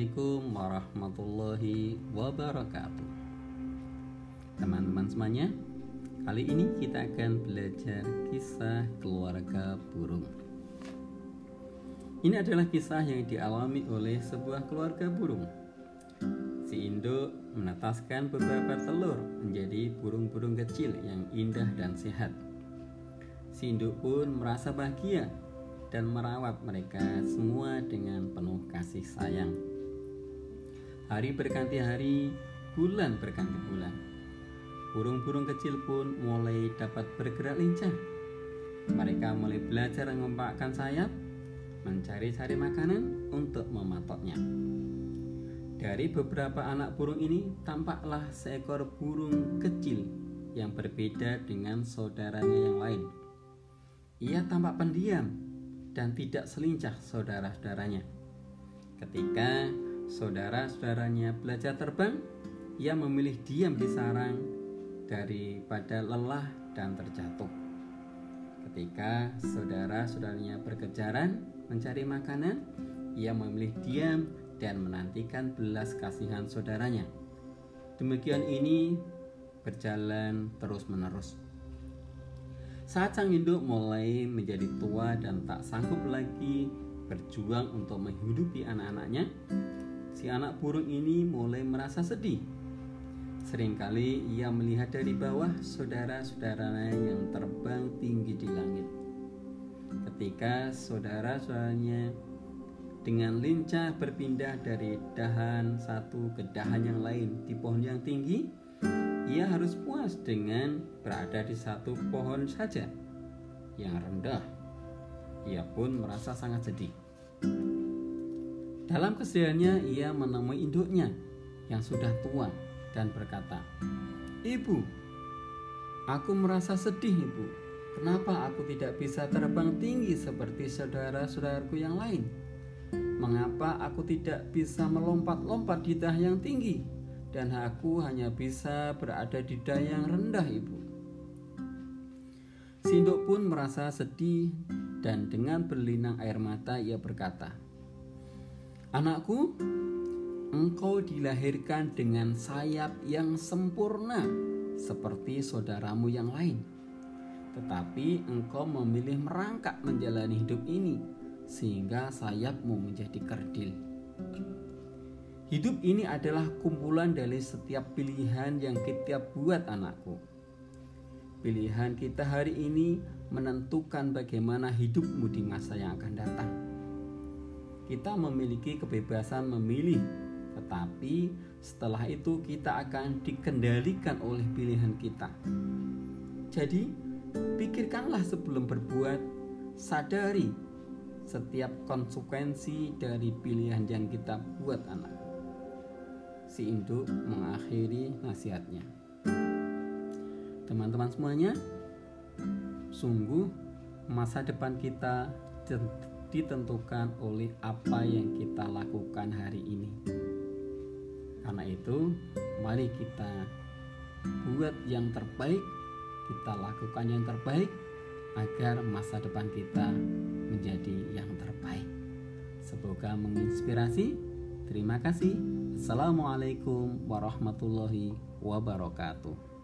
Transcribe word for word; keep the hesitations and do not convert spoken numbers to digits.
Assalamualaikum warahmatullahi wabarakatuh. Teman-teman semuanya, kali ini kita akan belajar kisah keluarga burung. Ini adalah kisah yang dialami oleh sebuah keluarga burung. Si induk menetaskan beberapa telur menjadi burung-burung kecil yang indah dan sehat. Si induk pun merasa bahagia dan merawat mereka semua dengan penuh kasih sayang. Hari berganti hari, bulan berganti bulan. Burung-burung kecil pun mulai dapat bergerak lincah. Mereka mulai belajar mengembangkan sayap, mencari-cari makanan untuk mematoknya. Dari beberapa anak burung ini, tampaklah seekor burung kecil yang berbeda dengan saudaranya yang lain. Ia tampak pendiam dan tidak selincah saudara-saudaranya. Ketika saudara-saudaranya belajar terbang, ia memilih diam di sarang daripada lelah dan terjatuh. Ketika saudara-saudaranya berkejaran mencari makanan, ia memilih diam dan menantikan belas kasihan saudaranya. Demikian ini berjalan terus-menerus. Saat sang induk mulai menjadi tua dan tak sanggup lagi berjuang untuk menghidupi anak-anaknya, si anak burung ini mulai merasa sedih. Seringkali ia melihat dari bawah saudara-saudaranya yang terbang tinggi di langit. Ketika saudara-saudaranya dengan lincah berpindah dari dahan satu ke dahan yang lain di pohon yang tinggi, ia harus puas dengan berada di satu pohon saja yang rendah. Ia pun merasa sangat sedih. Dalam kesedihannya, ia menemui induknya yang sudah tua dan berkata, "Ibu, aku merasa sedih, Ibu. Kenapa aku tidak bisa terbang tinggi seperti saudara-saudaraku yang lain? Mengapa aku tidak bisa melompat-lompat di dahan yang tinggi? Dan aku hanya bisa berada di dahan yang rendah, Ibu." Si induk pun merasa sedih dan dengan berlinang air mata ia berkata, "Anakku, engkau dilahirkan dengan sayap yang sempurna seperti saudaramu yang lain. Tetapi engkau memilih merangkak menjalani hidup ini sehingga sayapmu menjadi kerdil. Hidup ini adalah kumpulan dari setiap pilihan yang kita buat, anakku. Pilihan kita hari ini menentukan bagaimana hidupmu di masa yang akan datang. Kita memiliki kebebasan memilih, tetapi setelah itu kita akan dikendalikan oleh pilihan kita. Jadi, pikirkanlah sebelum berbuat, sadari setiap konsekuensi dari pilihan yang kita buat, anakku." Si induk mengakhiri nasihatnya. Teman-teman semuanya, sungguh masa depan kita ditentukan oleh apa yang kita lakukan hari ini. Karena itu, mari kita buat yang terbaik, kita lakukan yang terbaik agar masa depan kita menjadi yang terbaik. Semoga menginspirasi. Terima kasih. Assalamualaikum warahmatullahi wabarakatuh.